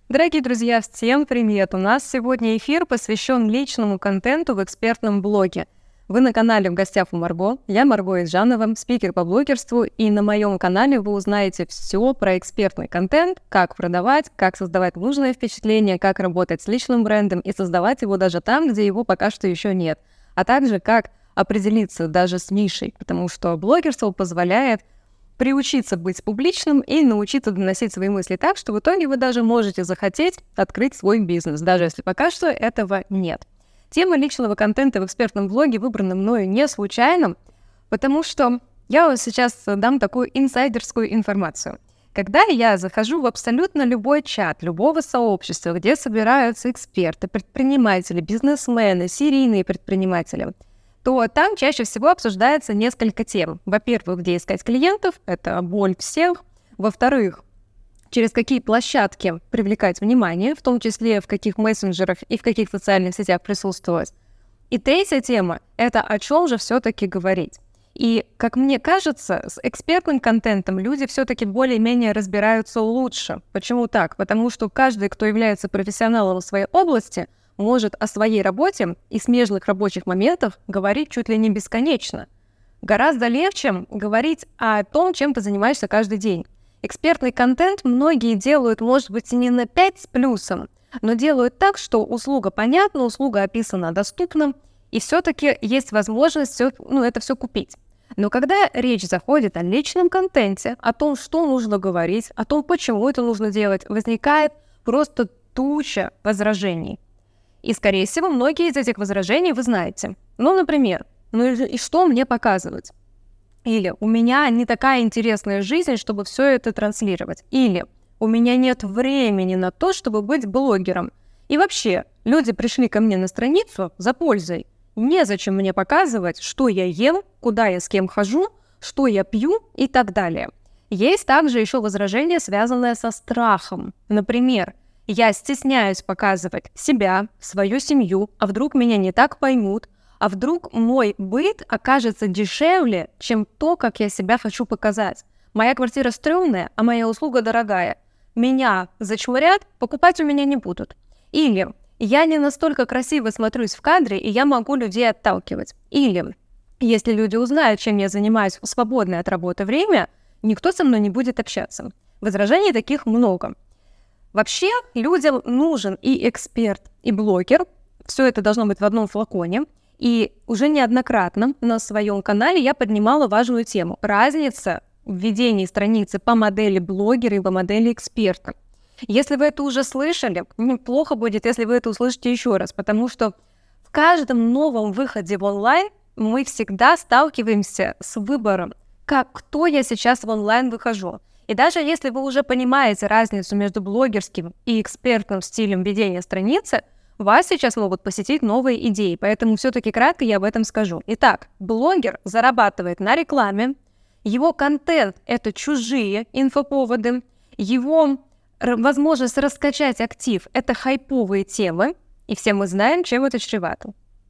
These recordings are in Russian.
Дорогие друзья, всем привет! У нас сегодня эфир посвящен личному контенту в экспертном блоге. Вы на канале «В гостях у Марго». Я Марго Изжанова, спикер по блогерству, и на моем канале вы узнаете все про экспертный контент, как продавать, как создавать нужное впечатление, как работать с личным брендом и создавать его даже там, где его пока что еще нет, а также как определиться даже с нишей, потому что блогерство позволяет приучиться быть публичным и научиться доносить свои мысли так, что в итоге вы даже можете захотеть открыть свой бизнес, даже если пока что этого нет. Тема личного контента в экспертном блоге выбрана мною не случайно, потому что я вам сейчас дам такую инсайдерскую информацию. Когда я захожу в абсолютно любой чат, любого сообщества, где собираются эксперты, предприниматели, бизнесмены, серийные предприниматели, то там чаще всего обсуждается несколько тем. Во-первых, где искать клиентов, это боль всех. Во-вторых, через какие площадки привлекать внимание, в том числе в каких мессенджерах и в каких социальных сетях присутствовать. И третья тема – это о чем же все-таки говорить. И, как мне кажется, с экспертным контентом люди все-таки более-менее разбираются лучше. Почему так? Потому что каждый, кто является профессионалом в своей области, может о своей работе и смежных рабочих моментах говорить чуть ли не бесконечно. Гораздо легче говорить о том, чем ты занимаешься каждый день. Экспертный контент многие делают, может быть, и не на 5 с плюсом, но делают так, что услуга понятна, услуга описана доступно, и все-таки есть возможность это все купить. Но когда речь заходит о личном контенте, о том, что нужно говорить, о том, почему это нужно делать, возникает просто туча возражений. И, скорее всего, многие из этих возражений вы знаете. Например, и что мне показывать? Или у меня не такая интересная жизнь, чтобы все это транслировать. Или у меня нет времени на то, чтобы быть блогером. И вообще, люди пришли ко мне на страницу за пользой. Незачем мне показывать, что я ем, куда я с кем хожу, что я пью и так далее. Есть также еще возражение, связанное со страхом. Например, я стесняюсь показывать себя, свою семью, а вдруг меня не так поймут, а вдруг мой быт окажется дешевле, чем то, как я себя хочу показать. Моя квартира стрёмная, а моя услуга дорогая. Меня зачмурят, покупать у меня не будут. Или я не настолько красиво смотрюсь в кадре, и я могу людей отталкивать. Или если люди узнают, чем я занимаюсь в свободное от работы время, никто со мной не будет общаться. Возражений таких много. Вообще, людям нужен и эксперт, и блогер. Все это должно быть в одном флаконе. И уже неоднократно на своем канале я поднимала важную тему. Разница в ведении страницы по модели блогера и по модели эксперта. Если вы это уже слышали, неплохо будет, если вы это услышите еще раз, потому что в каждом новом выходе в онлайн мы всегда сталкиваемся с выбором, кто я сейчас в онлайн выхожу. И даже если вы уже понимаете разницу между блогерским и экспертным стилем ведения страницы, вас сейчас могут посетить новые идеи, поэтому все-таки кратко я об этом скажу. Итак, блогер зарабатывает на рекламе, его контент – это чужие инфоповоды, его возможность раскачать актив – это хайповые темы, и все мы знаем, чем это чревато.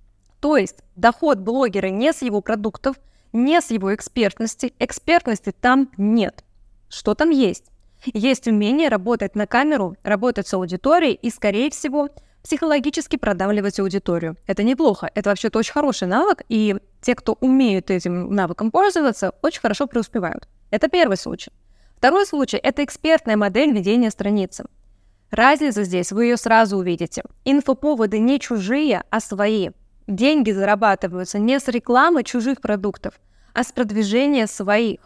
То есть доход блогера не с его продуктов, не с его экспертности там нет. Что там есть? Есть умение работать на камеру, работать с аудиторией и, скорее всего, психологически продавливать аудиторию. Это неплохо, это вообще-то очень хороший навык, и те, кто умеют этим навыком пользоваться, очень хорошо преуспевают. Это первый случай. Второй случай – это экспертная модель ведения страницы. Разница здесь, вы ее сразу увидите. Инфоповоды не чужие, а свои. Деньги зарабатываются не с рекламы чужих продуктов, а с продвижения своих.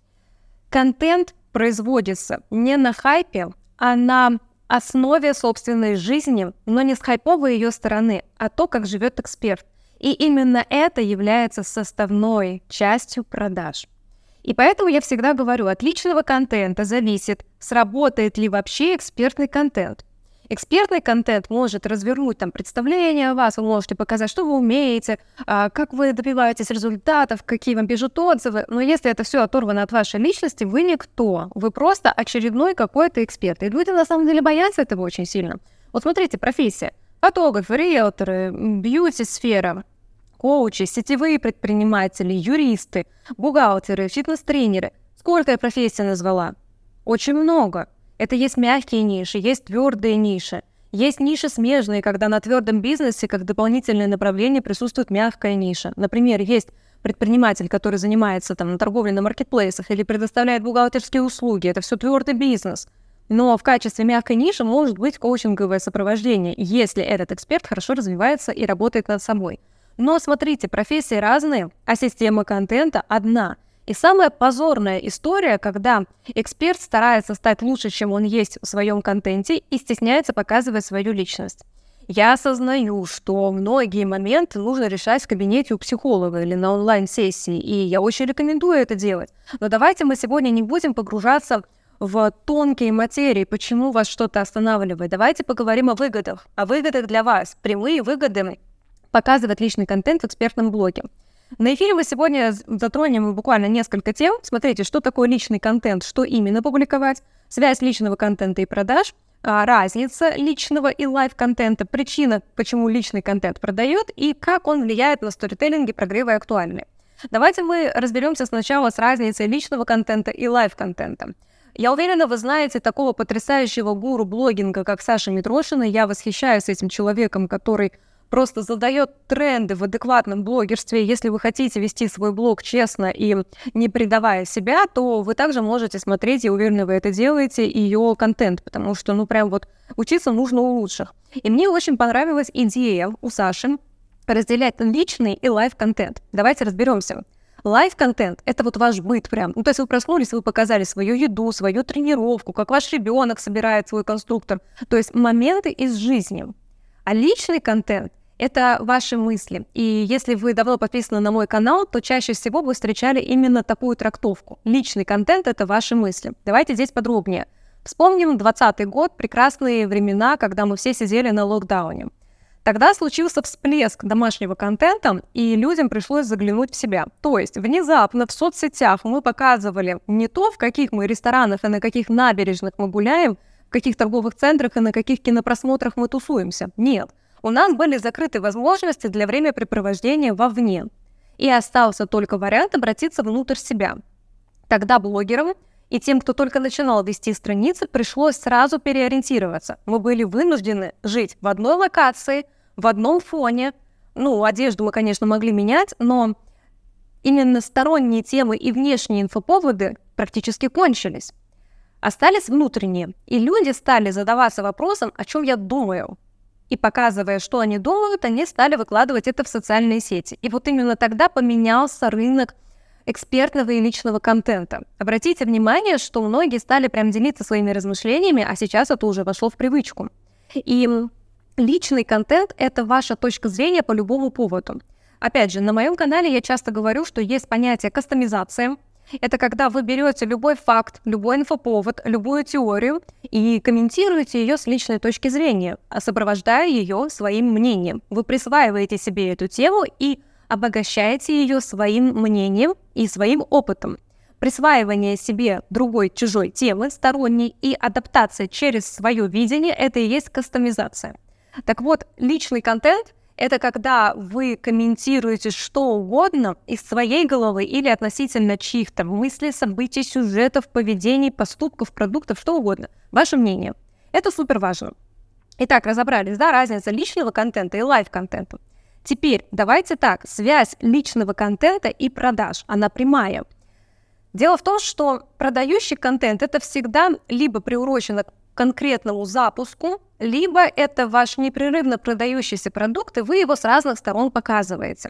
Контент производится не на хайпе, а на основе собственной жизни, но не с хайповой ее стороны, а то, как живет эксперт. И именно это является составной частью продаж. И поэтому я всегда говорю, от личного контента зависит, сработает ли вообще экспертный контент. Экспертный контент может развернуть представление о вас, вы можете показать, что вы умеете, как вы добиваетесь результатов, какие вам пишут отзывы. Но если это все оторвано от вашей личности, вы никто. Вы просто очередной какой-то эксперт. И люди на самом деле боятся этого очень сильно. Вот смотрите, профессия. Фотографы, риэлторы, бьюти-сфера, коучи, сетевые предприниматели, юристы, бухгалтеры, фитнес-тренеры. Сколько я профессий назвала? Очень много. Это есть мягкие ниши, есть твердые ниши. Есть ниши смежные, когда на твердом бизнесе как дополнительное направление присутствует мягкая ниша. Например, есть предприниматель, который занимается там торговлей на маркетплейсах или предоставляет бухгалтерские услуги. Это все твердый бизнес. Но в качестве мягкой ниши может быть коучинговое сопровождение, если этот эксперт хорошо развивается и работает над собой. Но смотрите, профессии разные, а система контента одна. И самая позорная история, когда эксперт старается стать лучше, чем он есть в своем контенте и стесняется показывать свою личность. Я осознаю, что многие моменты нужно решать в кабинете у психолога или на онлайн-сессии, и я очень рекомендую это делать. Но давайте мы сегодня не будем погружаться в тонкие материи, почему вас что-то останавливает. Давайте поговорим о выгодах для вас, прямые выгоды показывать личный контент в экспертном блоге. На эфире мы сегодня затронем буквально несколько тем. Смотрите, что такое личный контент, что именно публиковать, связь личного контента и продаж, разница личного и лайв-контента, причина, почему личный контент продает и как он влияет на сторителлинги, прогревы и актуальные. Давайте мы разберемся сначала с разницей личного контента и лайв-контента. Я уверена, вы знаете такого потрясающего гуру блогинга, как Саша Митрошина. Я восхищаюсь этим человеком, который просто задает тренды в адекватном блогерстве. Если вы хотите вести свой блог честно и не предавая себя, то вы также можете смотреть, я уверена, вы это делаете, ее контент, потому что, прям вот учиться нужно у лучших. И мне очень понравилась идея у Саши разделять личный и лайв-контент. Давайте разберемся. Лайв-контент — это вот ваш быт прям. То есть вы проснулись, вы показали свою еду, свою тренировку, как ваш ребенок собирает свой конструктор. То есть моменты из жизни. А личный контент — это ваши мысли. И если вы давно подписаны на мой канал, то чаще всего вы встречали именно такую трактовку. Личный контент — это ваши мысли. Давайте здесь подробнее. Вспомним 2020 год, прекрасные времена, когда мы все сидели на локдауне. Тогда случился всплеск домашнего контента, и людям пришлось заглянуть в себя. То есть внезапно в соцсетях мы показывали не то, в каких мы ресторанах и на каких набережных мы гуляем, в каких торговых центрах и на каких кинопросмотрах мы тусуемся. Нет. У нас были закрыты возможности для времяпрепровождения вовне. И остался только вариант обратиться внутрь себя. Тогда блогерам и тем, кто только начинал вести страницы, пришлось сразу переориентироваться. Мы были вынуждены жить в одной локации, в одном фоне. Одежду мы, конечно, могли менять, но именно сторонние темы и внешние инфоповоды практически кончились. Остались внутренние, и люди стали задаваться вопросом, о чем я думаю. И показывая, что они думают, они стали выкладывать это в социальные сети. И вот именно тогда поменялся рынок экспертного и личного контента. Обратите внимание, что многие стали прям делиться своими размышлениями, а сейчас это уже вошло в привычку. И личный контент — это ваша точка зрения по любому поводу. Опять же, на моем канале я часто говорю, что есть понятие кастомизация. Это когда вы берете любой факт, любой инфоповод, любую теорию и комментируете ее с личной точки зрения, сопровождая ее своим мнением. Вы присваиваете себе эту тему и обогащаете ее своим мнением и своим опытом. Присваивание себе другой, чужой темы, сторонней, и адаптация через свое видение — это и есть кастомизация. Так вот, личный контент — это когда вы комментируете что угодно из своей головы или относительно чьих-то мыслей, событий, сюжетов, поведений, поступков, продуктов, что угодно. Ваше мнение. Это супер важно. Итак, разобрались, разница личного контента и лайв-контента. Теперь давайте так, связь личного контента и продаж, она прямая. Дело в том, что продающий контент — это всегда либо приурочено к конкретному запуску, либо это ваш непрерывно продающийся продукт, и вы его с разных сторон показываете.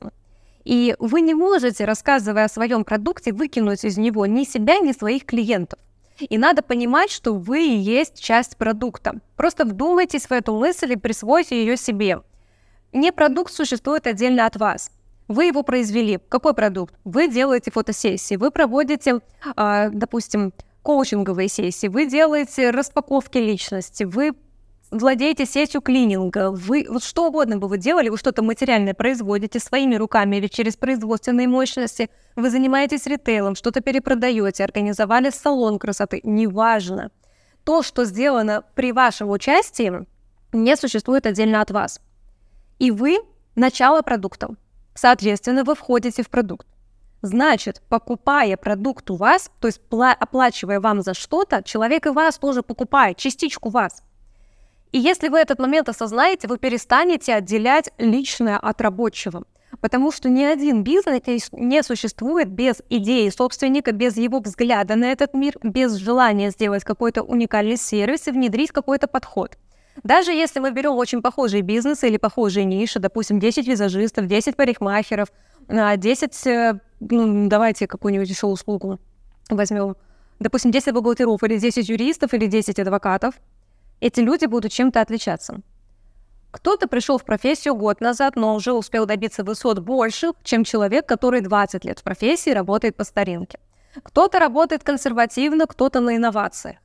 И вы не можете, рассказывая о своем продукте, выкинуть из него ни себя, ни своих клиентов. И надо понимать, что вы и есть часть продукта. Просто вдумайтесь в эту мысль и присвойте ее себе. Не продукт существует отдельно от вас. Вы его произвели. Какой продукт? Вы делаете фотосессии, вы проводите, допустим, коучинговые сессии, вы делаете распаковки личности, вы владеете сетью клининга, вы что угодно бы вы делали, вы что-то материальное производите своими руками или через производственные мощности, вы занимаетесь ритейлом, что-то перепродаете, организовали салон красоты, неважно. То, что сделано при вашем участии, не существует отдельно от вас. И вы — начало продукта. Соответственно, вы входите в продукт. Значит, покупая продукт у вас, то есть оплачивая вам за что-то, человек и вас тоже покупает, частичку вас. И если вы этот момент осознаете, вы перестанете отделять личное от рабочего. Потому что ни один бизнес не существует без идеи собственника, без его взгляда на этот мир, без желания сделать какой-то уникальный сервис и внедрить какой-то подход. Даже если мы берем очень похожие бизнесы или похожие ниши, допустим, 10 визажистов, 10 парикмахеров, 10, давайте какую-нибудь еще услугу возьмем, допустим, 10 бухгалтеров или 10 юристов или 10 адвокатов, эти люди будут чем-то отличаться. Кто-то пришел в профессию год назад, но уже успел добиться высот больших, чем человек, который 20 лет в профессии работает по старинке. Кто-то работает консервативно, кто-то на инновациях.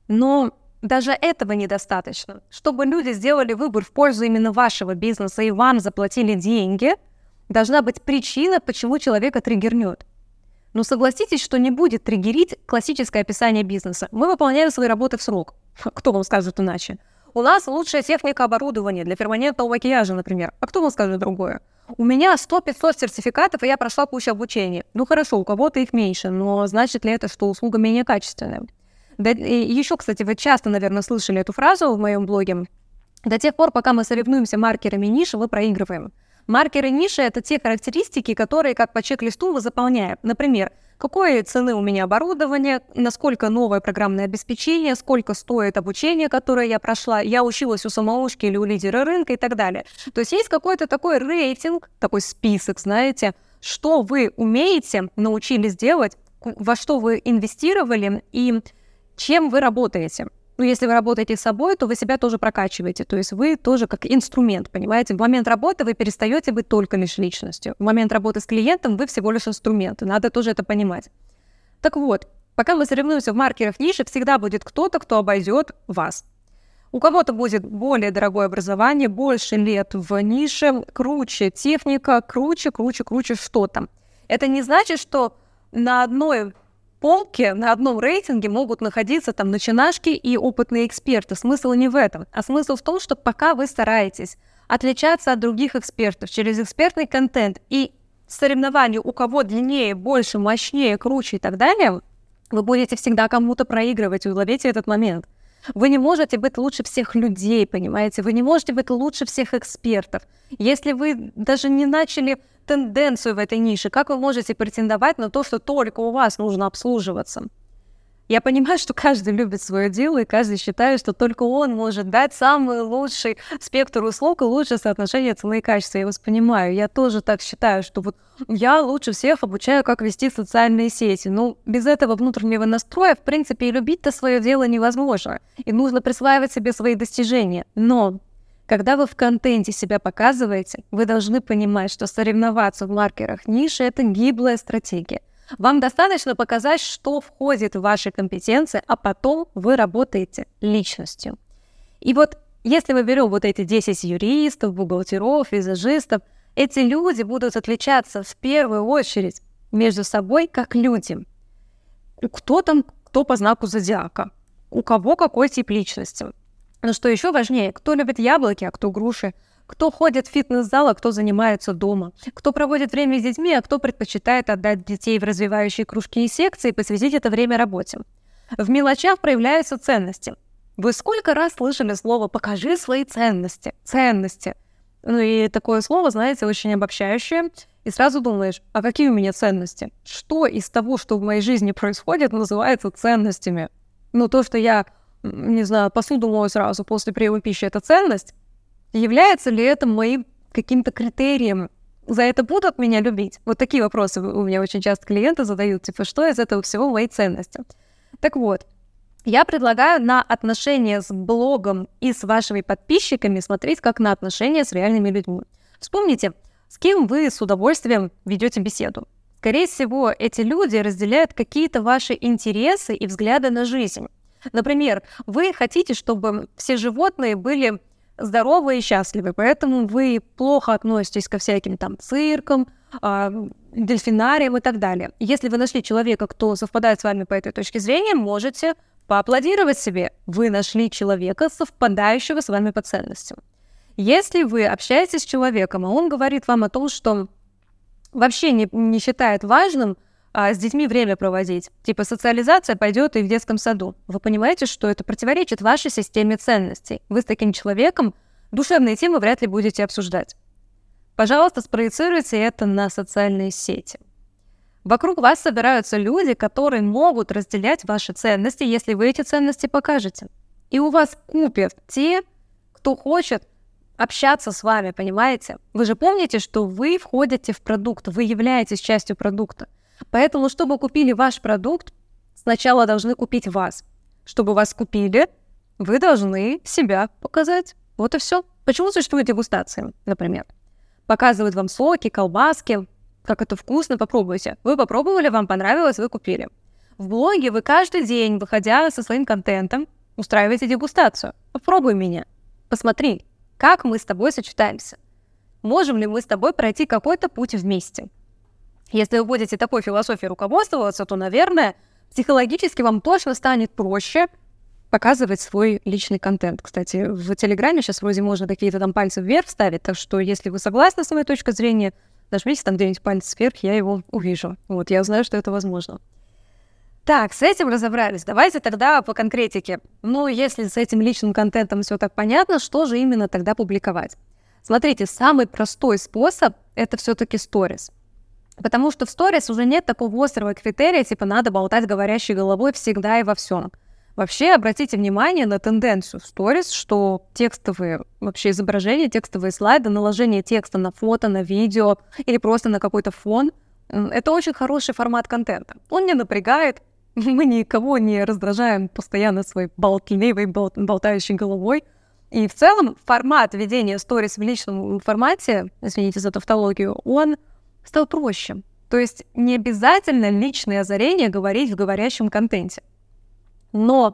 Но даже этого недостаточно. Чтобы люди сделали выбор в пользу именно вашего бизнеса и вам заплатили деньги, должна быть причина, почему человека триггернет. Но согласитесь, что не будет триггерить классическое описание бизнеса. Мы выполняем свои работы в срок. Кто вам скажет иначе? У нас лучшая техника оборудования для перманентного макияжа, например. А кто вам скажет другое? У меня 100-500 сертификатов, и я прошла кучу обучения. Ну хорошо, у кого-то их меньше, но значит ли это, что услуга менее качественная? Да, и еще, кстати, вы часто, наверное, слышали эту фразу в моем блоге. До тех пор, пока мы соревнуемся маркерами ниши, мы проигрываем. Маркеры ниши – это те характеристики, которые, как по чек-листу, мы заполняем. Например, какой цены у меня оборудование, насколько новое программное обеспечение, сколько стоит обучение, которое я прошла, я училась у самоучки или у лидера рынка и так далее. То есть есть какой-то такой рейтинг, такой список, знаете, что вы умеете, научились делать, во что вы инвестировали и чем вы работаете. Ну, если вы работаете с собой, то вы себя тоже прокачиваете. То есть вы тоже как инструмент, понимаете? В момент работы вы перестаете быть только лишь личностью. В момент работы с клиентом вы всего лишь инструмент. Надо тоже это понимать. Так вот, пока мы соревнуемся в маркерах ниши, всегда будет кто-то, кто обойдет вас. У кого-то будет более дорогое образование, больше лет в нише, круче техника, круче что-то. Это не значит, что на одной полке, на одном рейтинге могут находиться там начинашки и опытные эксперты. Смысл не в этом, а смысл в том, что пока вы стараетесь отличаться от других экспертов через экспертный контент и соревнования, у кого длиннее, больше, мощнее, круче и так далее, вы будете всегда кому-то проигрывать, уловите этот момент. Вы не можете быть лучше всех людей, понимаете? Вы не можете быть лучше всех экспертов. Если вы даже не начали тенденцию в этой нише, как вы можете претендовать на то, что только у вас нужно обслуживаться? Я понимаю, что каждый любит свое дело, и каждый считает, что только он может дать самый лучший спектр услуг и лучшее соотношение цены и качества. Я вас понимаю, я тоже так считаю, что вот я лучше всех обучаю, как вести социальные сети. Но без этого внутреннего настроя, в принципе, и любить-то свое дело невозможно. И нужно присваивать себе свои достижения. Но когда вы в контенте себя показываете, вы должны понимать, что соревноваться в маркерах ниши – это гиблая стратегия. Вам достаточно показать, что входит в ваши компетенции, а потом вы работаете личностью. И вот если мы берем вот эти 10 юристов, бухгалтеров, визажистов, эти люди будут отличаться в первую очередь между собой как люди. Кто по знаку зодиака, у кого какой тип личности. Но что еще важнее, кто любит яблоки, а кто груши, кто ходит в фитнес-зал, а кто занимается дома, кто проводит время с детьми, а кто предпочитает отдать детей в развивающие кружки и секции и посвятить это время работе. В мелочах проявляются ценности. Вы сколько раз слышали слово «покажи свои ценности»? Ценности. Ну и такое слово, знаете, очень обобщающее. И сразу думаешь, а какие у меня ценности? Что из того, что в моей жизни происходит, называется ценностями? Ну то, что я, не знаю, посуду мою сразу после приема пищи, это ценность? Является ли это моим каким-то критерием? За это будут меня любить? Вот такие вопросы у меня очень часто клиенты задают, типа, что из этого всего мои ценности? Так вот, я предлагаю на отношения с блогом и с вашими подписчиками смотреть как на отношения с реальными людьми. Вспомните, с кем вы с удовольствием ведете беседу. Скорее всего, эти люди разделяют какие-то ваши интересы и взгляды на жизнь. Например, вы хотите, чтобы все животные были здоровы и счастливы, поэтому вы плохо относитесь ко всяким там циркам, дельфинариям и так далее. Если вы нашли человека, кто совпадает с вами по этой точке зрения, можете поаплодировать себе. Вы нашли человека, совпадающего с вами по ценностям. Если вы общаетесь с человеком, а он говорит вам о том, что вообще не считает важным с детьми время проводить. Типа социализация пойдет и в детском саду. Вы понимаете, что это противоречит вашей системе ценностей. Вы с таким человеком душевные темы вряд ли будете обсуждать. Пожалуйста, спроецируйте это на социальные сети. Вокруг вас собираются люди, которые могут разделять ваши ценности, если вы эти ценности покажете. И у вас купят те, кто хочет общаться с вами, понимаете? Вы же помните, что вы входите в продукт, вы являетесь частью продукта. Поэтому, чтобы купили ваш продукт, сначала должны купить вас. Чтобы вас купили, вы должны себя показать. Вот и все. Почему существует дегустация, например? Показывают вам соки, колбаски, как это вкусно, попробуйте. Вы попробовали, вам понравилось, вы купили. В блоге вы каждый день, выходя со своим контентом, устраиваете дегустацию. Попробуй меня, посмотри, как мы с тобой сочетаемся. Можем ли мы с тобой пройти какой-то путь вместе? Если вы будете такой философией руководствоваться, то, наверное, психологически вам точно станет проще показывать свой личный контент. Кстати, в Телеграме сейчас вроде можно какие-то там пальцы вверх ставить, так что если вы согласны с моей точкой зрения, нажмите там где-нибудь палец вверх, я его увижу. Вот, я знаю, что это возможно. Так, с этим разобрались. Давайте тогда по конкретике. Если с этим личным контентом все так понятно, что же именно тогда публиковать? Смотрите, самый простой способ — это все-таки сторис. Потому что в сторис уже нет такого острого критерия, типа надо болтать говорящей головой всегда и во всем. Вообще, обратите внимание на тенденцию в сторис, что текстовые вообще изображения, текстовые слайды, наложение текста на фото, на видео или просто на какой-то фон — это очень хороший формат контента. Он не напрягает, мы никого не раздражаем постоянно своей болтливой, болтающей головой. И в целом формат ведения сторис в личном формате, извините за тавтологию, он стал проще. То есть не обязательно личные озарения говорить в говорящем контенте. Но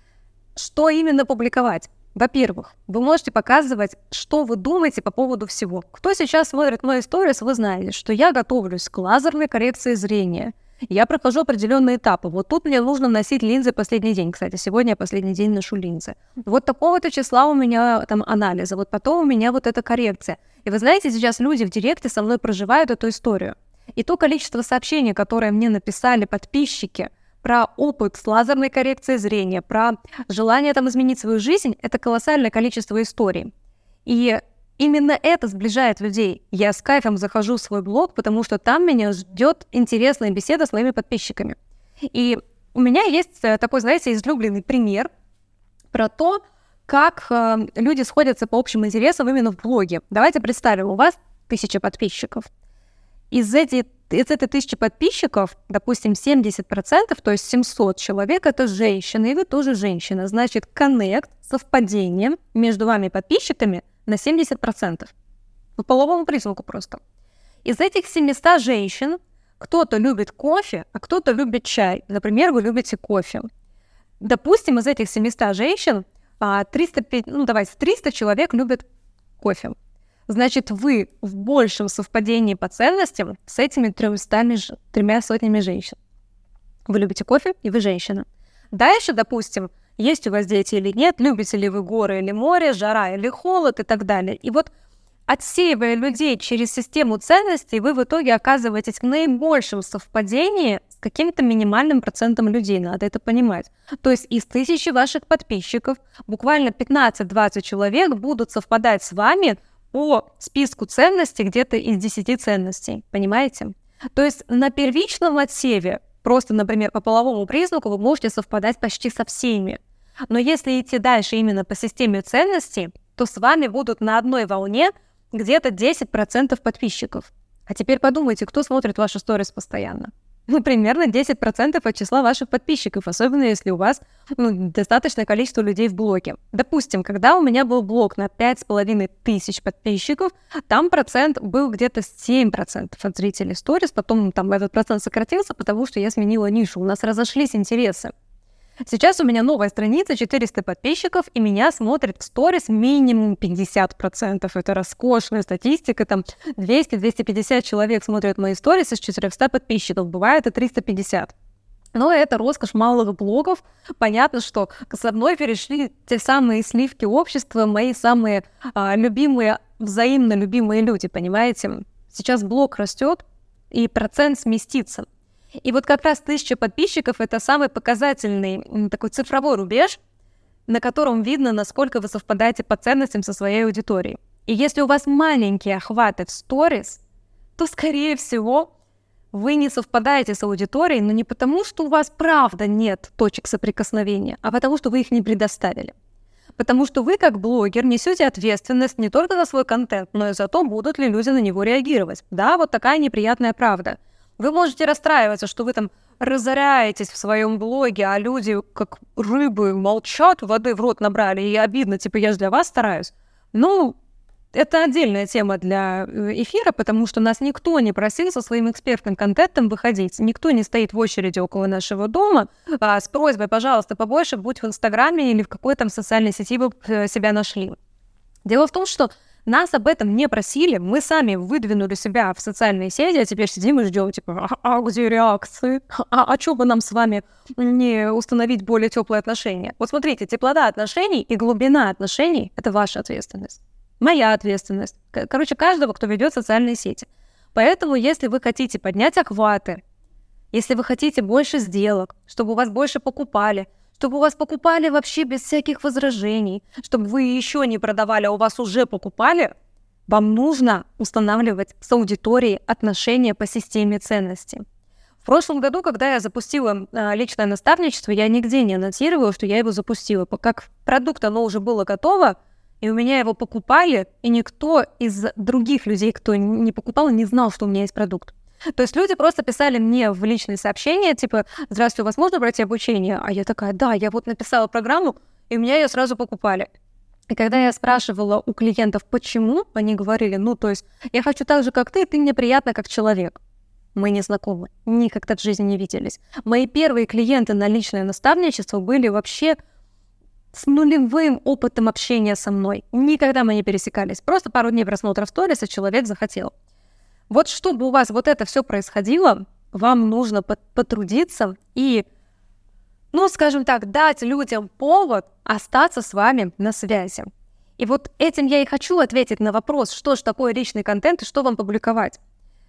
что именно публиковать? Во-первых, вы можете показывать, что вы думаете по поводу всего. Кто сейчас смотрит мои сторис, вы знаете, что я готовлюсь к лазерной коррекции зрения. Я прохожу определенные этапы. Вот тут мне нужно носить линзы последний день. Кстати, сегодня я последний день ношу линзы. Вот такого-то числа у меня там анализа. Вот потом у меня вот эта коррекция. И вы знаете, сейчас люди в директе со мной проживают эту историю. И то количество сообщений, которые мне написали подписчики про опыт с лазерной коррекцией зрения, про желание там изменить свою жизнь, это колоссальное количество историй. И именно это сближает людей. Я с кайфом захожу в свой блог, потому что там меня ждет интересная беседа с моими подписчиками. И у меня есть такой, знаете, излюбленный пример про то, как люди сходятся по общим интересам именно в блоге. Давайте представим, у вас 1000 подписчиков. Из этой 1000 подписчиков, допустим, 70%, то есть 700 человек, это женщины, и вы тоже женщина. Значит, коннект, совпадение между вами и подписчиками на 70%. По половому признаку просто. Из этих 700 женщин кто-то любит кофе, а кто-то любит чай. Например, вы любите кофе. Допустим, из этих 700 женщин 300 человек любят кофе. Значит, вы в большем совпадении по ценностям с этими 300 женщин. Вы любите кофе, и вы женщина. Дальше, допустим, есть у вас дети или нет, любите ли вы горы или море, жара или холод и так далее. И вот отсеивая людей через систему ценностей, вы в итоге оказываетесь в наибольшем совпадении с каким-то минимальным процентом людей, надо это понимать. То есть из 1000 ваших подписчиков буквально 15-20 человек будут совпадать с вами по списку ценностей где-то из 10 ценностей, понимаете? То есть на первичном отсеве, просто, например, по половому признаку, вы можете совпадать почти со всеми. Но если идти дальше именно по системе ценностей, то с вами будут на одной волне где-то 10% подписчиков. А теперь подумайте, кто смотрит ваши сторис постоянно. Примерно 10% от числа ваших подписчиков, особенно если у вас достаточное количество людей в блоге. Допустим, когда у меня был блог на 5500 подписчиков, там процент был где-то 7% от зрителей сторис, потом там этот процент сократился, потому что я сменила нишу, у нас разошлись интересы. Сейчас у меня новая страница, 400 подписчиков, и меня смотрит в сторис минимум 50%. Это роскошная статистика, там 200-250 человек смотрят мои сторис из 400 подписчиков, бывает и 350. Но это роскошь малых блогов. Понятно, что со мной перешли те самые сливки общества, мои самые любимые, взаимно любимые люди, понимаете? Сейчас блог растет, и процент сместится. И вот как раз 1000 подписчиков — это самый показательный такой цифровой рубеж, на котором видно, насколько вы совпадаете по ценностям со своей аудиторией. И если у вас маленькие охваты в сторис, то, скорее всего, вы не совпадаете с аудиторией, но не потому, что у вас правда нет точек соприкосновения, а потому, что вы их не предоставили. Потому что вы, как блогер, несете ответственность не только за свой контент, но и за то, будут ли люди на него реагировать. Да, вот такая неприятная правда. Вы можете расстраиваться, что вы там разоряетесь в своем блоге, а люди, как рыбы, молчат, воды в рот набрали, и обидно, типа, я же для вас стараюсь. Ну, это отдельная тема для эфира, потому что нас никто не просил со своим экспертным контентом выходить. Никто не стоит в очереди около нашего дома с просьбой, пожалуйста, побольше будь в Инстаграме или в какой там социальной сети вы себя нашли. Дело в том, что нас об этом не просили, мы сами выдвинули себя в социальные сети, а теперь сидим и ждем, типа, а где реакции? А что бы нам с вами не установить более теплые отношения? Вот смотрите, теплота отношений и глубина отношений — это ваша ответственность. Моя ответственность. Короче, каждого, кто ведет социальные сети. Поэтому, если вы хотите поднять охваты, если вы хотите больше сделок, чтобы у вас больше покупали, чтобы у вас покупали вообще без всяких возражений, чтобы вы еще не продавали, а у вас уже покупали, вам нужно устанавливать с аудиторией отношения по системе ценностей. В прошлом году, когда я запустила личное наставничество, я нигде не анонсировала, что я его запустила. Как продукт, оно уже было готово, и у меня его покупали, и никто из других людей, кто не покупал, не знал, что у меня есть продукт. То есть люди просто писали мне в личные сообщения, типа, здравствуйте, у вас можно пройти обучение? А я такая, да, я вот написала программу, и у меня ее сразу покупали. И когда я спрашивала у клиентов, почему, они говорили, ну, то есть, я хочу так же, как ты мне приятно, как человек. Мы не знакомы, никогда в жизни не виделись. Мои первые клиенты на личное наставничество были вообще с нулевым опытом общения со мной. Никогда мы не пересекались. Просто пару дней просмотра в сторис, и человек захотел. Вот чтобы у вас вот это все происходило, вам нужно потрудиться и, ну, скажем так, дать людям повод остаться с вами на связи. И вот этим я и хочу ответить на вопрос, что же такое личный контент и что вам публиковать.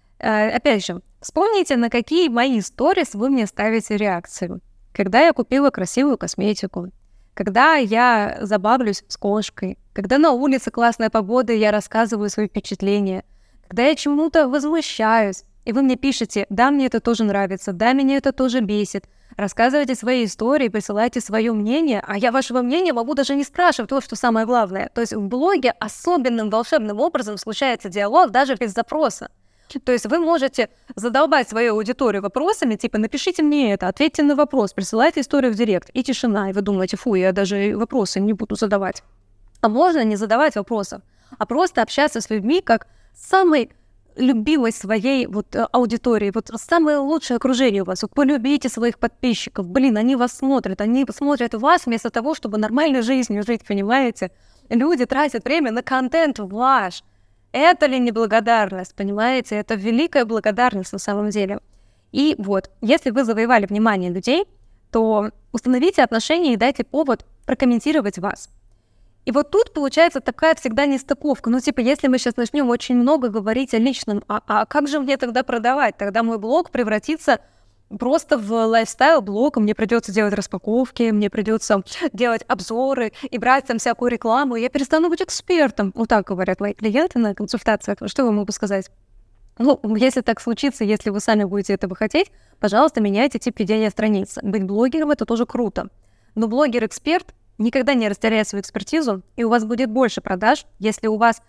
Опять же, вспомните, на какие мои сторис вы мне ставите реакцию. Когда я купила красивую косметику, когда я забавлюсь с кошкой, когда на улице классная погода, и я рассказываю свои впечатления, когда я чему-то возмущаюсь, и вы мне пишете, да, мне это тоже нравится, да, меня это тоже бесит, рассказывайте свои истории, присылайте свое мнение, а я вашего мнения могу даже не спрашивать, вот что самое главное. То есть в блоге особенным волшебным образом случается диалог даже без запроса. То есть вы можете задолбать свою аудиторию вопросами, типа, напишите мне это, ответьте на вопрос, присылайте историю в директ, и тишина, и вы думаете, фу, я даже вопросы не буду задавать. А можно не задавать вопросов, а просто общаться с людьми как с самой любимой своей вот аудитории, вот самое лучшее окружение у вас. Вот полюбите своих подписчиков, блин, они вас смотрят, они смотрят вас вместо того, чтобы нормальной жизнью жить, понимаете? Люди тратят время на контент ваш. Это ли не благодарность, понимаете? Это великая благодарность на самом деле. И вот, если вы завоевали внимание людей, то установите отношения и дайте повод прокомментировать вас. И вот тут получается такая всегда нестыковка. Ну, типа, если мы сейчас начнем очень много говорить о личном, а как же мне тогда продавать? Тогда мой блог превратится просто в лайфстайл-блог, мне придется делать распаковки, мне придется делать обзоры и брать там всякую рекламу, я перестану быть экспертом. Вот так говорят мои клиенты на консультациях. Что я могу сказать? Ну, если так случится, если вы сами будете этого хотеть, пожалуйста, меняйте тип ведения страницы. Быть блогером — это тоже круто. Но блогер-эксперт никогда не растеряет свою экспертизу, и у вас будет больше продаж, если у вас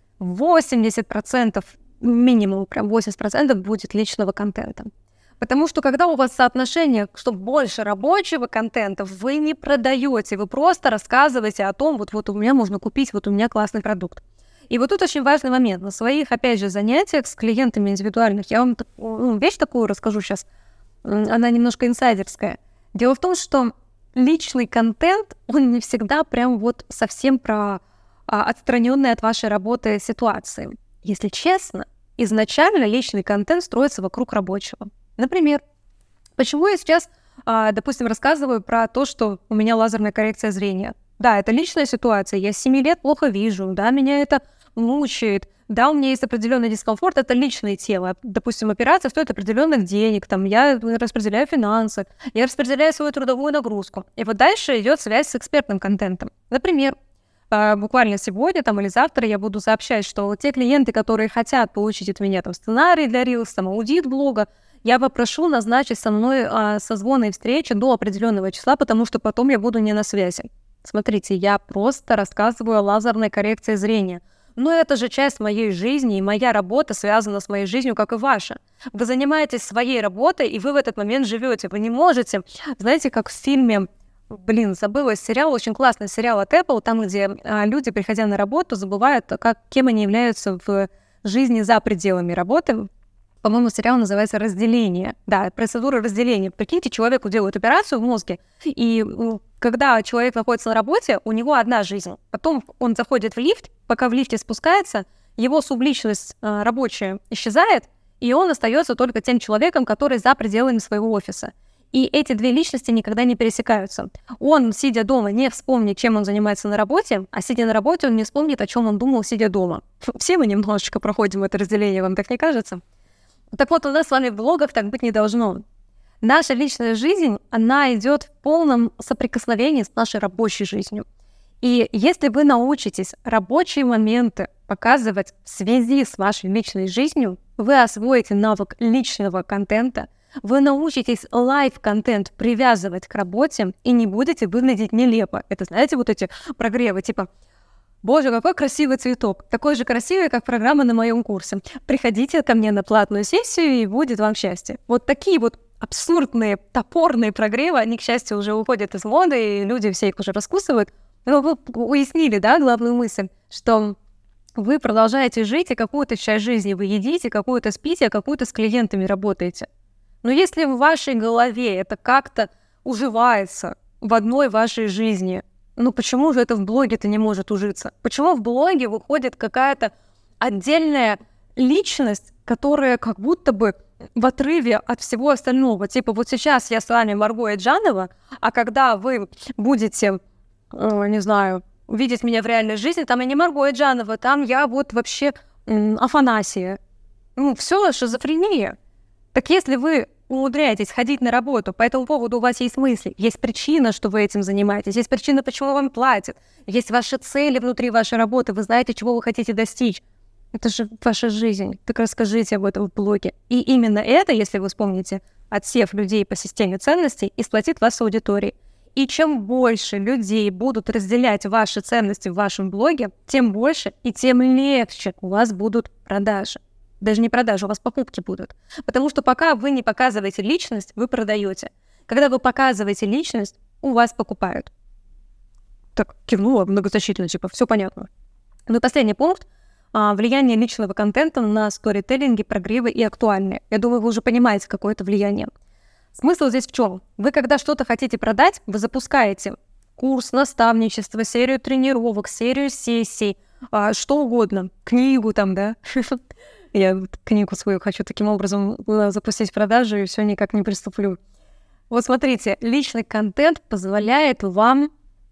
80%, минимум прям 80% будет личного контента. Потому что когда у вас соотношение, что больше рабочего контента, вы не продаете, вы просто рассказываете о том, вот у меня можно купить, вот у меня классный продукт. И вот тут очень важный момент. На своих, опять же, занятиях с клиентами индивидуальных я вам вещь такую расскажу сейчас, она немножко инсайдерская. Дело в том, что личный контент, он не всегда прям вот совсем про отстраненные от вашей работы ситуации. Если честно, изначально личный контент строится вокруг рабочего. Например, почему я сейчас, допустим, рассказываю про то, что у меня лазерная коррекция зрения. Да, это личная ситуация, я с 7 лет плохо вижу, да, меня это мучает, Да, у меня есть определенный дискомфорт, это личное тело. Допустим, операция стоит определенных денег, там, я распределяю финансы, я распределяю свою трудовую нагрузку. И вот дальше идет связь с экспертным контентом. Например, буквально сегодня там, или завтра я буду сообщать, что те клиенты, которые хотят получить от меня там, сценарий для Reels, там, аудит блога, я попрошу назначить со мной созвоны и встречи до определенного числа, потому что потом я буду не на связи. Смотрите, я просто рассказываю о лазерной коррекции зрения. Но это же часть моей жизни, и моя работа связана с моей жизнью, как и ваша. Вы занимаетесь своей работой, и вы в этот момент живете. Вы не можете, знаете, как в фильме, забыла сериал, очень классный сериал от Apple, там, где люди, приходя на работу, забывают, кем они являются в жизни за пределами работы. По-моему, сериал называется «Разделение». Да, процедура разделения. Прикиньте, человеку делают операцию в мозге, и когда человек находится на работе, у него одна жизнь. Потом он заходит в лифт, пока в лифте спускается, его субличность рабочая исчезает, и он остается только тем человеком, который за пределами своего офиса. И эти две личности никогда не пересекаются. Он, сидя дома, не вспомнит, чем он занимается на работе, а сидя на работе, он не вспомнит, о чем он думал, сидя дома. Все мы немножечко проходим это разделение, вам так не кажется? Так вот, у нас с вами в блогах так быть не должно. Наша личная жизнь, она идет в полном соприкосновении с нашей рабочей жизнью. И если вы научитесь рабочие моменты показывать в связи с вашей личной жизнью, вы освоите навык личного контента, вы научитесь лайв-контент привязывать к работе и не будете выглядеть нелепо. Это, знаете, вот эти прогревы, типа «Боже, какой красивый цветок, такой же красивый, как программа на моем курсе. Приходите ко мне на платную сессию, и будет вам счастье». Вот такие вот абсурдные, топорные прогревы, они, к счастью, уже уходят из моды, и люди все их уже раскусывают. Но вы уяснили, да, главную мысль, что вы продолжаете жить, и какую-то часть жизни вы едите, какую-то спите, а какую-то с клиентами работаете. Но если в вашей голове это как-то уживается в одной вашей жизни, почему же это в блоге-то не может ужиться? Почему в блоге выходит какая-то отдельная личность, которая как будто бы в отрыве от всего остального? Типа вот сейчас я с вами Марго Эджанова, а когда вы будете, не знаю, видеть меня в реальной жизни, там я не Марго Эджанова, там я вот вообще Афанасия. Все, шизофрения. Так если вы умудряетесь ходить на работу, по этому поводу у вас есть мысли, есть причина, что вы этим занимаетесь, есть причина, почему вам платят, есть ваши цели внутри вашей работы, вы знаете, чего вы хотите достичь. Это же ваша жизнь. Так расскажите об этом в блоге. И именно это, если вы вспомните, отсев людей по системе ценностей, и сплотит вас с аудиторией. И чем больше людей будут разделять ваши ценности в вашем блоге, тем больше и тем легче у вас будут продажи. Даже не продажи, у вас покупки будут. Потому что пока вы не показываете личность, вы продаете. Когда вы показываете личность, у вас покупают. Так, кивнула многозначительно, типа, все понятно. Ну и последний пункт. Влияние личного контента на сторителлинги, прогревы и актуальные. Я думаю, вы уже понимаете, какое это влияние. Смысл здесь в чем? Вы, когда что-то хотите продать, вы запускаете курс, наставничество, серию тренировок, серию сессий, что угодно, книгу там, да? Я книгу свою хочу таким образом запустить в продажу, и все никак не приступлю. Вот смотрите, личный контент позволяет вам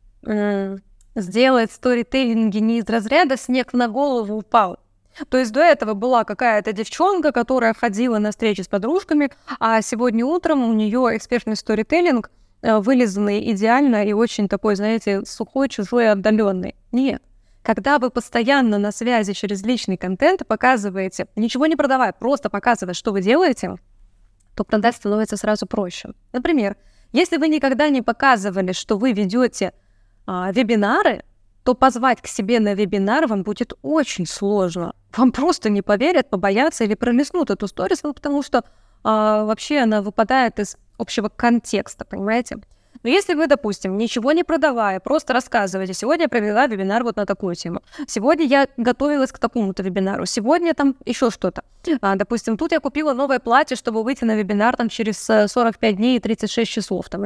сделать сторителлинги не из разряда «снег на голову упал». То есть до этого была какая-то девчонка, которая ходила на встречи с подружками, а сегодня утром у нее экспертный сторителлинг, вылизанный идеально и очень такой, знаете, сухой, чужой, отдаленный. Нет. Когда вы постоянно на связи через личный контент показываете, ничего не продавая, просто показывая, что вы делаете, то продать становится сразу проще. Например, если вы никогда не показывали, что вы ведете вебинары, то позвать к себе на вебинар вам будет очень сложно. Вам просто не поверят, побоятся или пролистнут эту сторис, потому что вообще она выпадает из общего контекста, понимаете? Но если вы, допустим, ничего не продавая, просто рассказываете, сегодня я провела вебинар вот на такую тему, сегодня я готовилась к такому-то вебинару, сегодня там еще что-то. Допустим, тут я купила новое платье, чтобы выйти на вебинар там через 45 дней и 36 часов, там,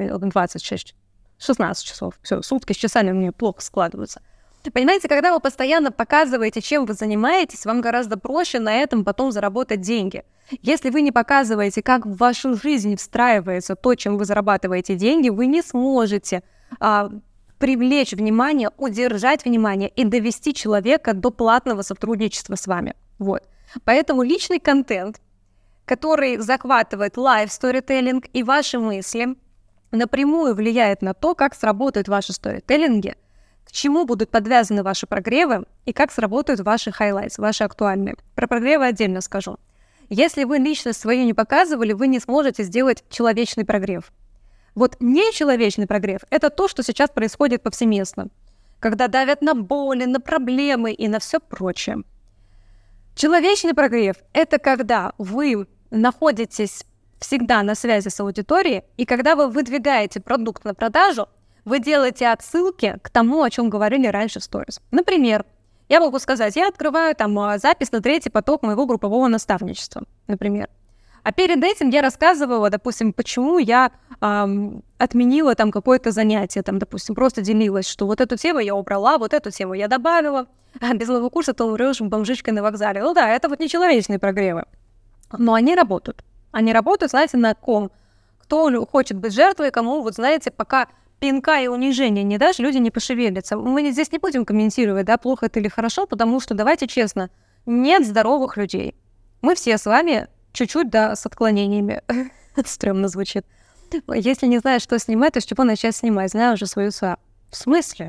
16 часов. Все, сутки с часами у меня плохо складываются. Понимаете, когда вы постоянно показываете, чем вы занимаетесь, вам гораздо проще на этом потом заработать деньги. Если вы не показываете, как в вашу жизнь встраивается то, чем вы зарабатываете деньги, вы не сможете привлечь внимание, удержать внимание и довести человека до платного сотрудничества с вами. Вот. Поэтому личный контент, который захватывает лайв-сторителлинг и ваши мысли, напрямую влияет на то, как сработают ваши сторителлинги, к чему будут подвязаны ваши прогревы и как сработают ваши хайлайтс, ваши актуальные. Про прогревы отдельно скажу. Если вы личность свою не показывали, вы не сможете сделать человечный прогрев. Вот нечеловечный прогрев – это то, что сейчас происходит повсеместно, когда давят на боли, на проблемы и на все прочее. Человечный прогрев – это когда вы находитесь всегда на связи с аудиторией, и когда вы выдвигаете продукт на продажу, вы делаете отсылки к тому, о чем говорили раньше в сторис. Например, я могу сказать, я открываю там запись на 3-й поток моего группового наставничества, например. А перед этим я рассказывала, допустим, почему я отменила там какое-то занятие, там, допустим, просто делилась, что вот эту тему я убрала, вот эту тему я добавила, а без моего курса ты умрешь бомжичкой на вокзале. Ну да, это вот нечеловечные прогревы. Но они работают. Они работают, знаете, на ком? Кто хочет быть жертвой, кому, вот знаете, пока пинка и унижения не дашь, люди не пошевелятся. Мы здесь не будем комментировать, да, плохо это или хорошо, потому что, давайте честно, нет здоровых людей. Мы все с вами чуть-чуть, да, с отклонениями. Стрёмно звучит. Если не знаешь, что снимать, то с чего начать снимать? Знаю уже свою СА. В смысле?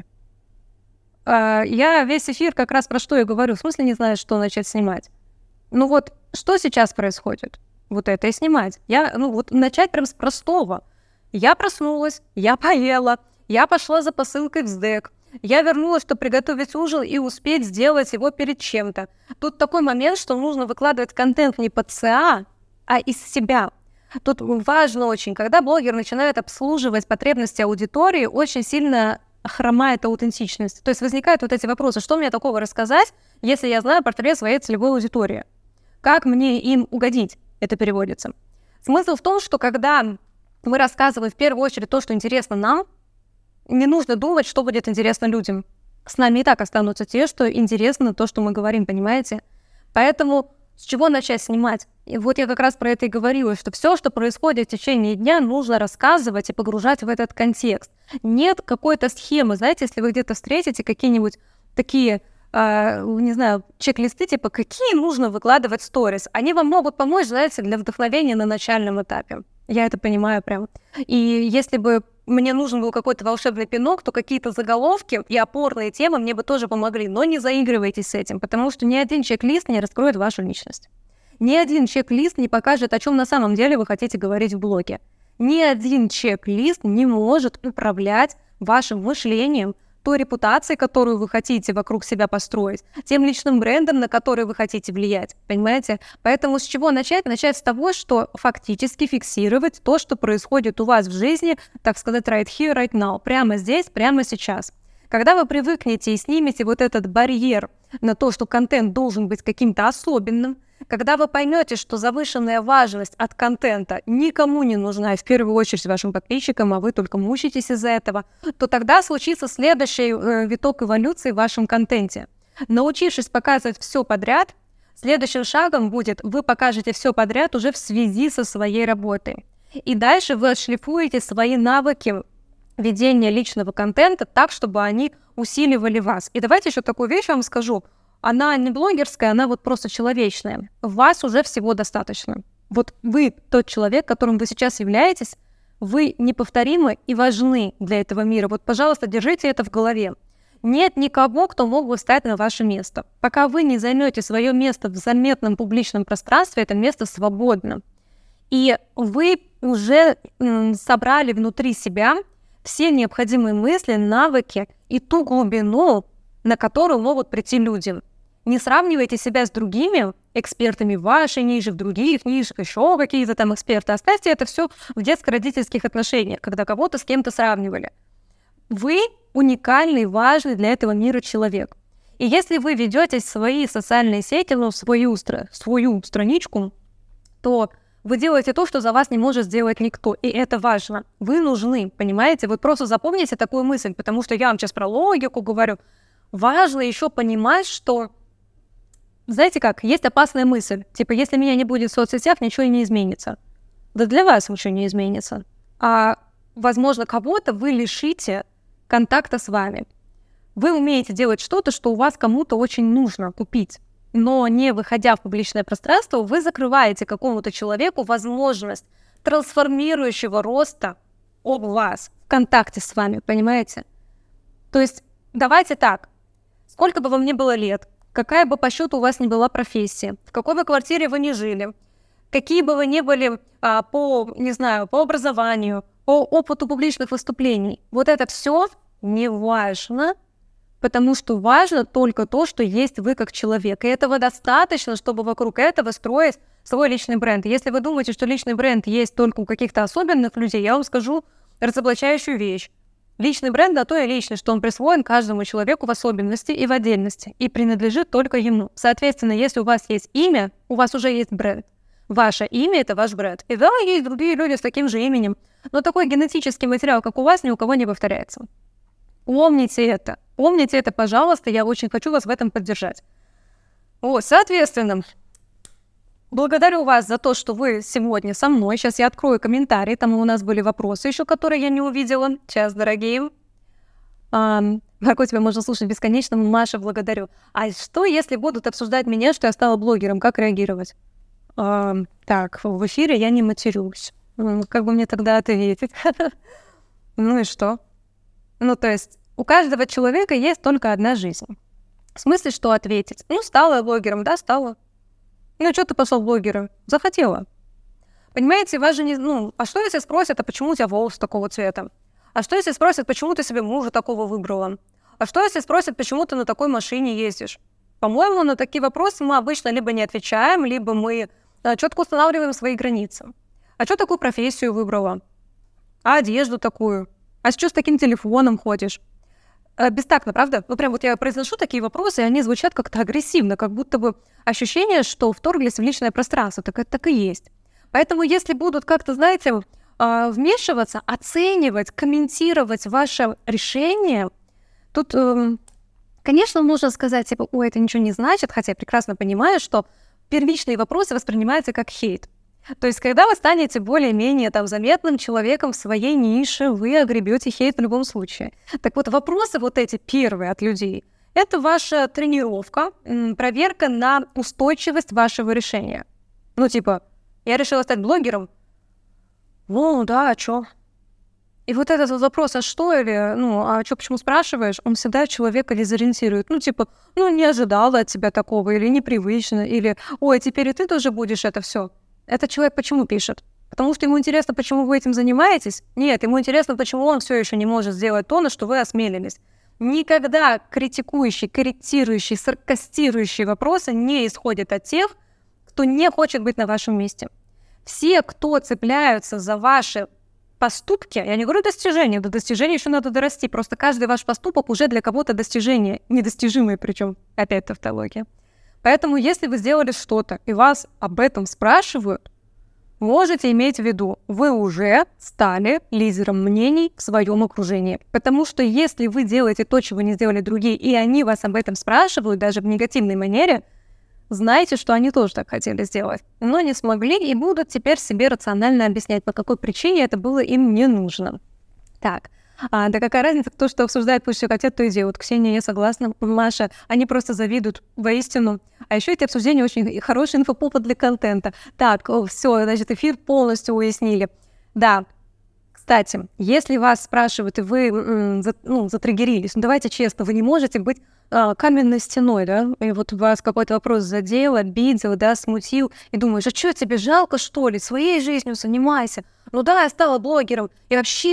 Я весь эфир как раз про что я говорю. В смысле не знаешь, что начать снимать? Ну вот, что сейчас происходит? Вот это и снимать. Начать прям с простого. Я проснулась, я поела, я пошла за посылкой в СДЭК, я вернулась, чтобы приготовить ужин и успеть сделать его перед чем-то. Тут такой момент, что нужно выкладывать контент не под СА, а из себя. Тут важно очень, когда блогер начинает обслуживать потребности аудитории, очень сильно хромает аутентичность. То есть возникают вот эти вопросы, что мне такого рассказать, если я знаю портрет своей целевой аудитории? Как мне им угодить? Это переводится. Смысл в том, что когда мы рассказываем в первую очередь то, что интересно нам, не нужно думать, что будет интересно людям. С нами и так останутся те, что интересно то, что мы говорим, понимаете? Поэтому с чего начать снимать? И вот я как раз про это и говорила, что все, что происходит в течение дня, нужно рассказывать и погружать в этот контекст. Нет какой-то схемы. Знаете, если вы где-то встретите какие-нибудь такие, не знаю, чек-листы, типа, какие нужно выкладывать сторис, они вам могут помочь, знаете, для вдохновения на начальном этапе. Я это понимаю прям. И если бы мне нужен был какой-то волшебный пинок, то какие-то заголовки и опорные темы мне бы тоже помогли. Но не заигрывайтесь с этим, потому что ни один чек-лист не раскроет вашу личность. Ни один чек-лист не покажет, о чем на самом деле вы хотите говорить в блоге. Ни один чек-лист не может управлять вашим мышлением, той репутацией, которую вы хотите вокруг себя построить, тем личным брендом, на который вы хотите влиять, понимаете? Поэтому с чего начать? Начать с того, что фактически фиксировать то, что происходит у вас в жизни, так сказать, right here, right now, прямо здесь, прямо сейчас. Когда вы привыкнете и снимете вот этот барьер на то, что контент должен быть каким-то особенным, когда вы поймете, что завышенная важность от контента никому не нужна, и в первую очередь вашим подписчикам, а вы только мучаетесь из-за этого, то тогда случится следующий виток эволюции в вашем контенте. Научившись показывать все подряд, следующим шагом будет, вы покажете все подряд уже в связи со своей работой. И дальше вы отшлифуете свои навыки ведения личного контента так, чтобы они усиливали вас. И давайте еще такую вещь вам скажу. Она не блогерская, она вот просто человечная. Вас уже всего достаточно. Вот вы тот человек, которым вы сейчас являетесь, вы неповторимы и важны для этого мира. Вот, пожалуйста, держите это в голове. Нет никого, кто мог бы встать на ваше место. Пока вы не займете свое место в заметном публичном пространстве, это место свободно. И вы уже собрали внутри себя все необходимые мысли, навыки и ту глубину, на которую могут прийти люди. Не сравнивайте себя с другими экспертами в вашей нише, в других нишах, еще какие-то там эксперты. Оставьте это все в детско-родительских отношениях, когда кого-то с кем-то сравнивали. Вы уникальный, важный для этого мира человек. И если вы ведете свои социальные сети, свою страничку, то вы делаете то, что за вас не может сделать никто. И это важно. Вы нужны, понимаете? Вот просто запомните такую мысль, потому что я вам сейчас про логику говорю. Важно еще понимать, что, знаете как, есть опасная мысль. Типа, если меня не будет в соцсетях, ничего и не изменится. Да для вас ничего не изменится. А, возможно, кого-то вы лишите контакта с вами. Вы умеете делать что-то, что у вас кому-то очень нужно купить, но не выходя в публичное пространство, вы закрываете какому-то человеку возможность трансформирующего роста об вас в контакте с вами, понимаете? То есть давайте так, сколько бы вам ни было лет, какая бы по счету у вас ни была профессия, в какой бы квартире вы ни жили, какие бы вы ни были по образованию, по опыту публичных выступлений, вот это все не важно, потому что важно только то, что есть вы как человек. И этого достаточно, чтобы вокруг этого строить свой личный бренд. Если вы думаете, что личный бренд есть только у каких-то особенных людей, я вам скажу разоблачающую вещь. Личный бренд на то и личный, что он присвоен каждому человеку в особенности и в отдельности, и принадлежит только ему. Соответственно, если у вас есть имя, у вас уже есть бренд. Ваше имя — это ваш бренд. И да, есть другие люди с таким же именем, но такой генетический материал, как у вас, ни у кого не повторяется. Помните это, пожалуйста, я очень хочу вас в этом поддержать. Соответственно, благодарю вас за то, что вы сегодня со мной. Сейчас я открою комментарии, там у нас были вопросы еще, которые я не увидела. Сейчас, дорогие. Марго, тебя можно слушать бесконечно. Маша, благодарю. А что, если будут обсуждать меня, что я стала блогером? Как реагировать? Так, в эфире я не матерюсь. Как бы мне тогда ответить? Ну и что? То есть у каждого человека есть только одна жизнь. В смысле, что ответить? Стала я блогером, да, стала. Что ты пошел блогером? Захотела. Понимаете, вас же не... а что если спросят, а почему у тебя волосы такого цвета? А что если спросят, почему ты себе мужа такого выбрала? А что если спросят, почему ты на такой машине ездишь? По-моему, на такие вопросы мы обычно либо не отвечаем, либо мы четко устанавливаем свои границы. А что такую профессию выбрала? А одежду такую? А что с таким телефоном ходишь? Бестактно, правда? Я произношу такие вопросы, и они звучат как-то агрессивно, как будто бы ощущение, что вторглись в личное пространство. Так это так и есть. Поэтому если будут как-то, знаете, вмешиваться, оценивать, комментировать ваше решение, тут, конечно, можно сказать, это ничего не значит, хотя я прекрасно понимаю, что первичные вопросы воспринимаются как хейт. То есть, когда вы станете более-менее заметным человеком в своей нише, вы огребете хейт в любом случае. Так вот, вопросы эти первые от людей, это ваша тренировка, проверка на устойчивость вашего решения. Я решила стать блогером. Да, а чё? И этот вопрос, а что, или, а чё, почему спрашиваешь, он всегда человека дезориентирует. Не ожидала от тебя такого, или непривычно, или, теперь и ты тоже будешь это все. Этот человек почему пишет? Потому что ему интересно, почему вы этим занимаетесь? Нет, ему интересно, почему он все еще не может сделать то, на что вы осмелились. Никогда критикующие, корректирующие, саркастирующие вопросы не исходят от тех, кто не хочет быть на вашем месте. Все, кто цепляются за ваши поступки, я не говорю достижения, до достижения еще надо дорасти, просто каждый ваш поступок уже для кого-то достижение, недостижимое причем, опять тавтология. Поэтому, если вы сделали что-то, и вас об этом спрашивают, можете иметь в виду, вы уже стали лидером мнений в своем окружении. Потому что если вы делаете то, чего не сделали другие, и они вас об этом спрашивают, даже в негативной манере, знайте, что они тоже так хотели сделать, но не смогли и будут теперь себе рационально объяснять, по какой причине это было им не нужно. Так. Да какая разница, кто что обсуждает, пусть все хотят, то и делают. Ксения, я согласна. Маша, они просто завидуют, воистину. А еще эти обсуждения очень хороший инфоповод для контента. Так, все, значит, эфир полностью уяснили. Да, кстати, если вас спрашивают, и вы затриггерились, давайте честно, вы не можете быть каменной стеной, да, и вас какой-то вопрос задел, обидел, да, смутил, и думаешь, а что, тебе жалко, что ли, своей жизнью занимайся, я стала блогером, и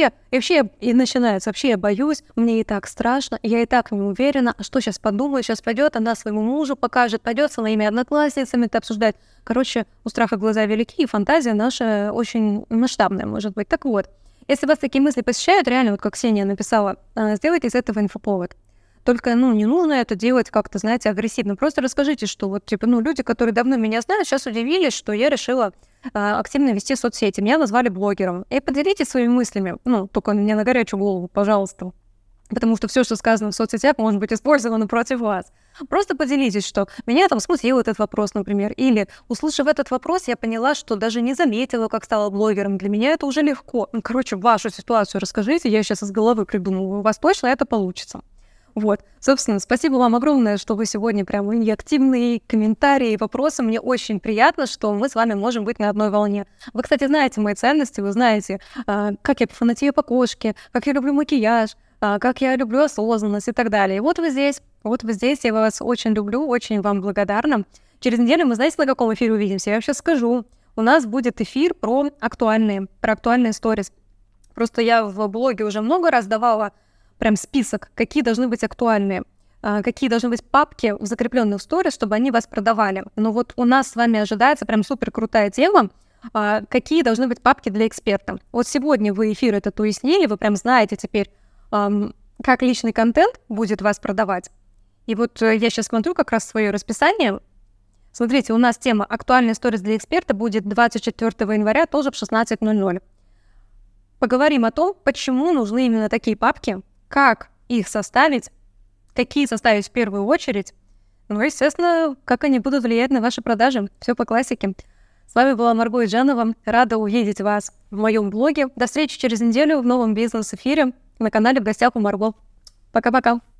начинается, я боюсь, мне и так страшно, я и так не уверена, а что сейчас подумаю, сейчас пойдет, она своему мужу покажет, пойдет со моими одноклассницами это обсуждать. Короче, у страха глаза велики, и фантазия наша очень масштабная может быть. Так вот, если вас такие мысли посещают, реально, как Ксения написала, сделайте из этого инфоповод. Только, не нужно это делать как-то, знаете, агрессивно. Просто расскажите, что люди, которые давно меня знают, сейчас удивились, что я решила активно вести соцсети. Меня назвали блогером. И поделитесь своими мыслями. Только не на горячую голову, пожалуйста. потому что все, что сказано в соцсетях, может быть использовано против вас. Просто поделитесь, что меня там смутил этот вопрос, например, или, услышав этот вопрос, я поняла, что даже не заметила, как стала блогером. Для меня это уже легко. Короче, вашу ситуацию расскажите, я сейчас из головы придумываю, у вас точно это получится. Вот, собственно, спасибо вам огромное, что вы сегодня прям и активные комментарии, и вопросы. Мне очень приятно, что мы с вами можем быть на одной волне. Вы, кстати, знаете мои ценности, вы знаете, как я фанатею по кошке, как я люблю макияж, как я люблю осознанность и так далее. И вот вы здесь, я вас очень люблю, очень вам благодарна. Через неделю мы, знаете, на каком эфире увидимся? Я вам сейчас скажу. У нас будет эфир про актуальные сторис. Просто я в блоге уже много раз давала прям список, какие должны быть актуальные, какие должны быть папки в закрепленных сторис, чтобы они вас продавали. Но вот у нас с вами ожидается прям супер крутая тема, какие должны быть папки для экспертов. Вот сегодня вы эфир этот уяснили, вы прям знаете теперь, как личный контент будет вас продавать. И вот я сейчас смотрю как раз свое расписание. Смотрите, у нас тема «Актуальные сторис для эксперта» будет 24 января, тоже в 16:00. Поговорим о том, почему нужны именно такие папки, как их составить, какие составить в первую очередь, ну и, естественно, как они будут влиять на ваши продажи. Все по классике. С вами была Марго Иджанова. Рада увидеть вас в моем блоге. До встречи через неделю в новом бизнес-эфире на канале «В гостях у Марго». Пока-пока.